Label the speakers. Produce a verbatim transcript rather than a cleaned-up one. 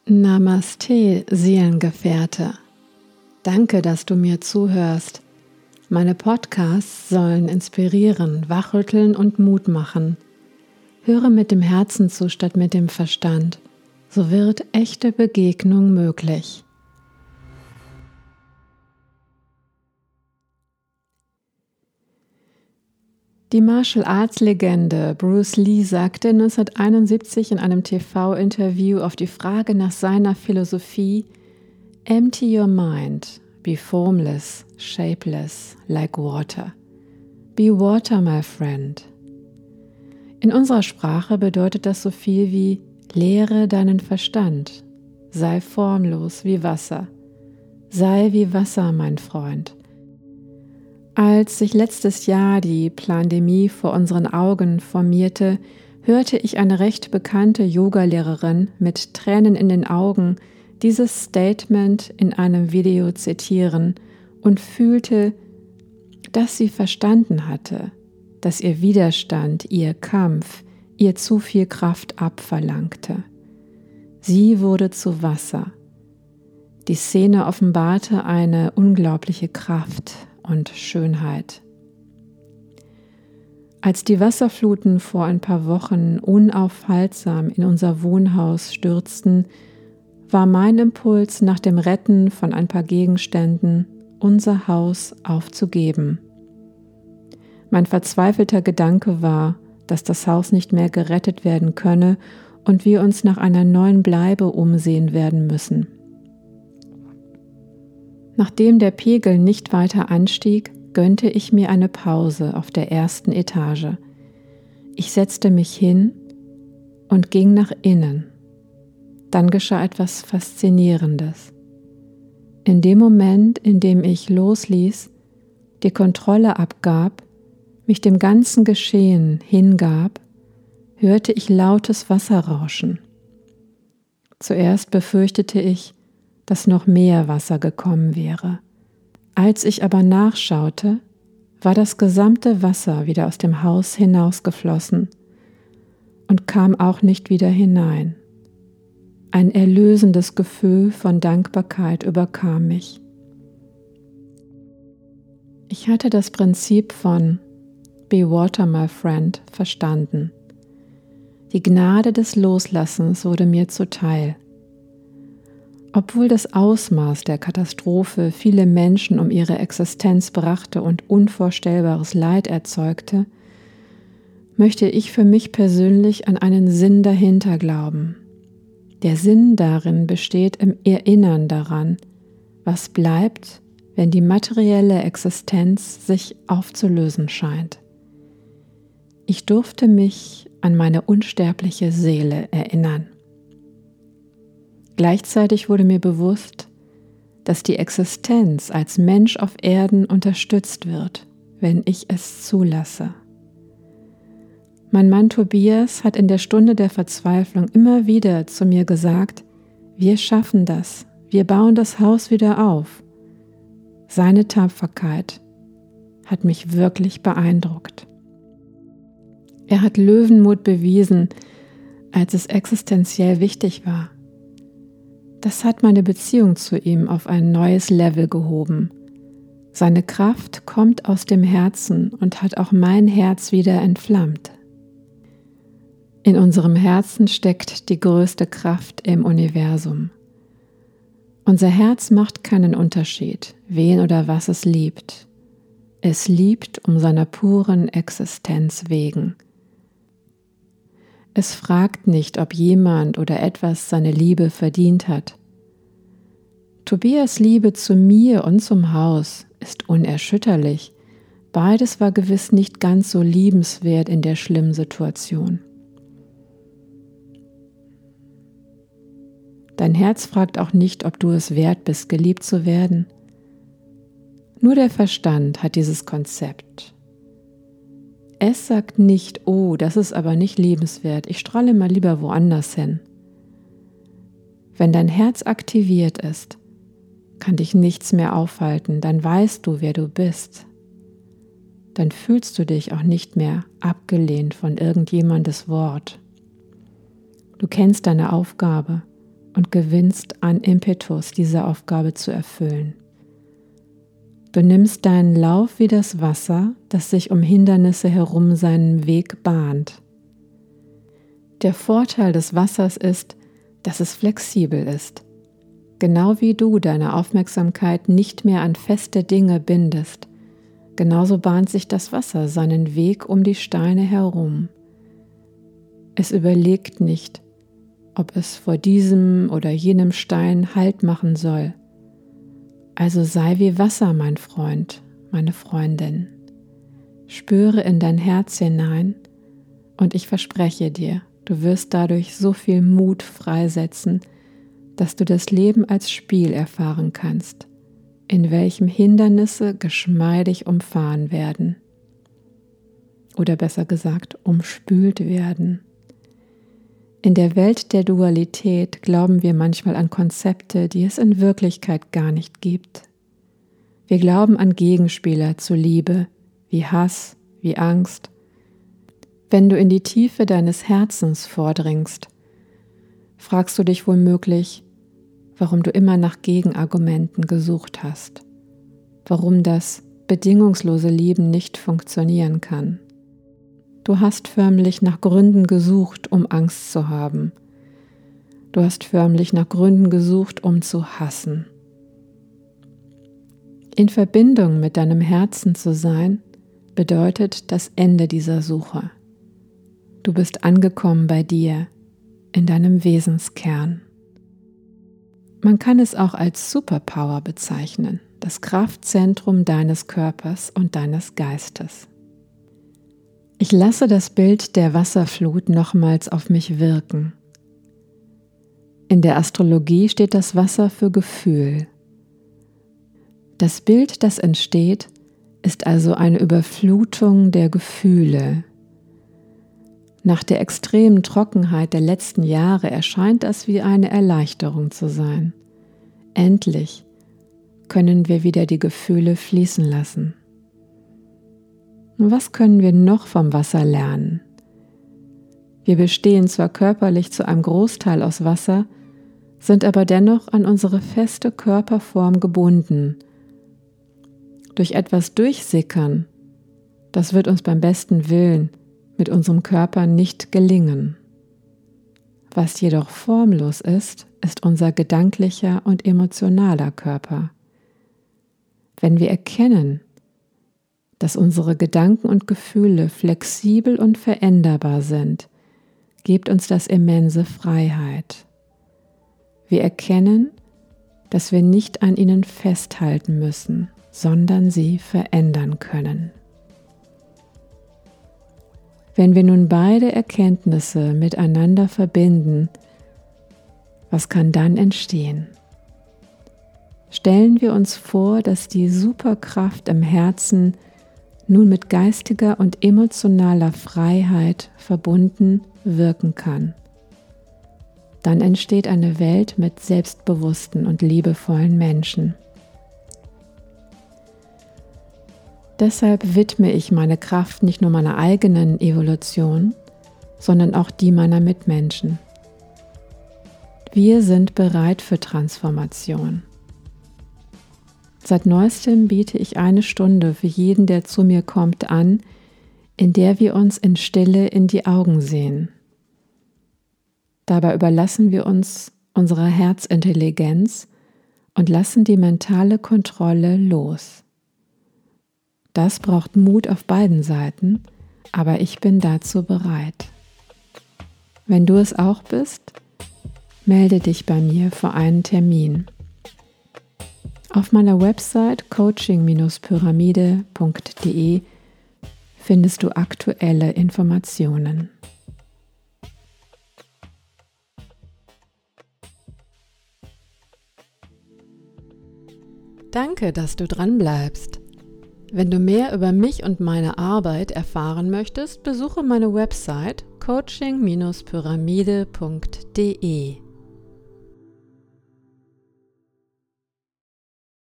Speaker 1: Namaste, Seelengefährte. Danke, dass du mir zuhörst. Meine Podcasts sollen inspirieren, wachrütteln und Mut machen. Höre mit dem Herzen zu statt mit dem Verstand. So wird echte Begegnung möglich. Die Martial-Arts-Legende Bruce Lee sagte neunzehnhunderteinundsiebzig in einem T V-Interview auf die Frage nach seiner Philosophie: Empty your mind, be formless, shapeless, like water. Be water, my friend. In unserer Sprache bedeutet das so viel wie: Lehre deinen Verstand, sei formlos wie Wasser, sei wie Wasser, mein Freund. Als sich letztes Jahr die Plandemie vor unseren Augen formierte, hörte ich eine recht bekannte Yogalehrerin mit Tränen in den Augen dieses Statement in einem Video zitieren und fühlte, dass sie verstanden hatte, dass ihr Widerstand, ihr Kampf, ihr zu viel Kraft abverlangte. Sie wurde zu Wasser. Die Szene offenbarte eine unglaubliche Kraft und Schönheit. Als die Wasserfluten vor ein paar Wochen unaufhaltsam in unser Wohnhaus stürzten, war mein Impuls nach dem Retten von ein paar Gegenständen, unser Haus aufzugeben. Mein verzweifelter Gedanke war, dass das Haus nicht mehr gerettet werden könne und wir uns nach einer neuen Bleibe umsehen werden müssen. Nachdem der Pegel nicht weiter anstieg, gönnte ich mir eine Pause auf der ersten Etage. Ich setzte mich hin und ging nach innen. Dann geschah etwas Faszinierendes. In dem Moment, in dem ich losließ, die Kontrolle abgab, mich dem ganzen Geschehen hingab, hörte ich lautes Wasserrauschen. Zuerst befürchtete ich, dass noch mehr Wasser gekommen wäre. Als ich aber nachschaute, war das gesamte Wasser wieder aus dem Haus hinausgeflossen und kam auch nicht wieder hinein. Ein erlösendes Gefühl von Dankbarkeit überkam mich. Ich hatte das Prinzip von Be Water, my friend verstanden. Die Gnade des Loslassens wurde mir zuteil. Obwohl das Ausmaß der Katastrophe viele Menschen um ihre Existenz brachte und unvorstellbares Leid erzeugte, möchte ich für mich persönlich an einen Sinn dahinter glauben. Der Sinn darin besteht im Erinnern daran, was bleibt, wenn die materielle Existenz sich aufzulösen scheint. Ich durfte mich an meine unsterbliche Seele erinnern. Gleichzeitig wurde mir bewusst, dass die Existenz als Mensch auf Erden unterstützt wird, wenn ich es zulasse. Mein Mann Tobias hat in der Stunde der Verzweiflung immer wieder zu mir gesagt: Wir schaffen das, wir bauen das Haus wieder auf. Seine Tapferkeit hat mich wirklich beeindruckt. Er hat Löwenmut bewiesen, als es existenziell wichtig war. Das hat meine Beziehung zu ihm auf ein neues Level gehoben. Seine Kraft kommt aus dem Herzen und hat auch mein Herz wieder entflammt. In unserem Herzen steckt die größte Kraft im Universum. Unser Herz macht keinen Unterschied, wen oder was es liebt. Es liebt um seiner puren Existenz wegen. Es fragt nicht, ob jemand oder etwas seine Liebe verdient hat. Tobias' Liebe zu mir und zum Haus ist unerschütterlich. Beides war gewiss nicht ganz so liebenswert in der schlimmen Situation. Dein Herz fragt auch nicht, ob du es wert bist, geliebt zu werden. Nur der Verstand hat dieses Konzept. Es sagt nicht: Oh, das ist aber nicht liebenswert, ich strahle mal lieber woanders hin. Wenn dein Herz aktiviert ist, kann dich nichts mehr aufhalten, dann weißt du, wer du bist. Dann fühlst du dich auch nicht mehr abgelehnt von irgendjemandes Wort. Du kennst deine Aufgabe und gewinnst an Impetus, diese Aufgabe zu erfüllen. Du nimmst deinen Lauf wie das Wasser, das sich um Hindernisse herum seinen Weg bahnt. Der Vorteil des Wassers ist, dass es flexibel ist. Genau wie du deine Aufmerksamkeit nicht mehr an feste Dinge bindest, genauso bahnt sich das Wasser seinen Weg um die Steine herum. Es überlegt nicht, ob es vor diesem oder jenem Stein Halt machen soll. Also sei wie Wasser, mein Freund, meine Freundin. Spüre in dein Herz hinein und ich verspreche dir, du wirst dadurch so viel Mut freisetzen, dass du das Leben als Spiel erfahren kannst, in welchem Hindernisse geschmeidig umfahren werden. Oder besser gesagt, umspült werden. In der Welt der Dualität glauben wir manchmal an Konzepte, die es in Wirklichkeit gar nicht gibt. Wir glauben an Gegenspieler zur Liebe, wie Hass, wie Angst. Wenn du in die Tiefe deines Herzens vordringst, fragst du dich womöglich, warum du immer nach Gegenargumenten gesucht hast, warum das bedingungslose Lieben nicht funktionieren kann. Du hast förmlich nach Gründen gesucht, um Angst zu haben. Du hast förmlich nach Gründen gesucht, um zu hassen. In Verbindung mit deinem Herzen zu sein, bedeutet das Ende dieser Suche. Du bist angekommen bei dir, in deinem Wesenskern. Man kann es auch als Superpower bezeichnen, das Kraftzentrum deines Körpers und deines Geistes. Ich lasse das Bild der Wasserflut nochmals auf mich wirken. In der Astrologie steht das Wasser für Gefühl. Das Bild, das entsteht, ist also eine Überflutung der Gefühle. Nach der extremen Trockenheit der letzten Jahre erscheint das wie eine Erleichterung zu sein. Endlich können wir wieder die Gefühle fließen lassen. Was können wir noch vom Wasser lernen? Wir bestehen zwar körperlich zu einem Großteil aus Wasser, sind aber dennoch an unsere feste Körperform gebunden. Durch etwas durchsickern, das wird uns beim besten Willen mit unserem Körper nicht gelingen. Was jedoch formlos ist, ist unser gedanklicher und emotionaler Körper. Wenn wir erkennen, dass unsere Gedanken und Gefühle flexibel und veränderbar sind, gibt uns das immense Freiheit. Wir erkennen, dass wir nicht an ihnen festhalten müssen, sondern sie verändern können. Wenn wir nun beide Erkenntnisse miteinander verbinden, was kann dann entstehen? Stellen wir uns vor, dass die Superkraft im Herzen nun mit geistiger und emotionaler Freiheit verbunden wirken kann. Dann entsteht eine Welt mit selbstbewussten und liebevollen Menschen. Deshalb widme ich meine Kraft nicht nur meiner eigenen Evolution, sondern auch die meiner Mitmenschen. Wir sind bereit für Transformation. Seit neuestem biete ich eine Stunde für jeden, der zu mir kommt, an, in der wir uns in Stille in die Augen sehen. Dabei überlassen wir uns unserer Herzintelligenz und lassen die mentale Kontrolle los. Das braucht Mut auf beiden Seiten, aber ich bin dazu bereit. Wenn du es auch bist, melde dich bei mir für einen Termin. Auf meiner Website coaching Pyramide punkt de findest du aktuelle Informationen. Danke, dass du dran bleibst. Wenn du mehr über mich und meine Arbeit erfahren möchtest, besuche meine Website coaching Pyramide punkt de.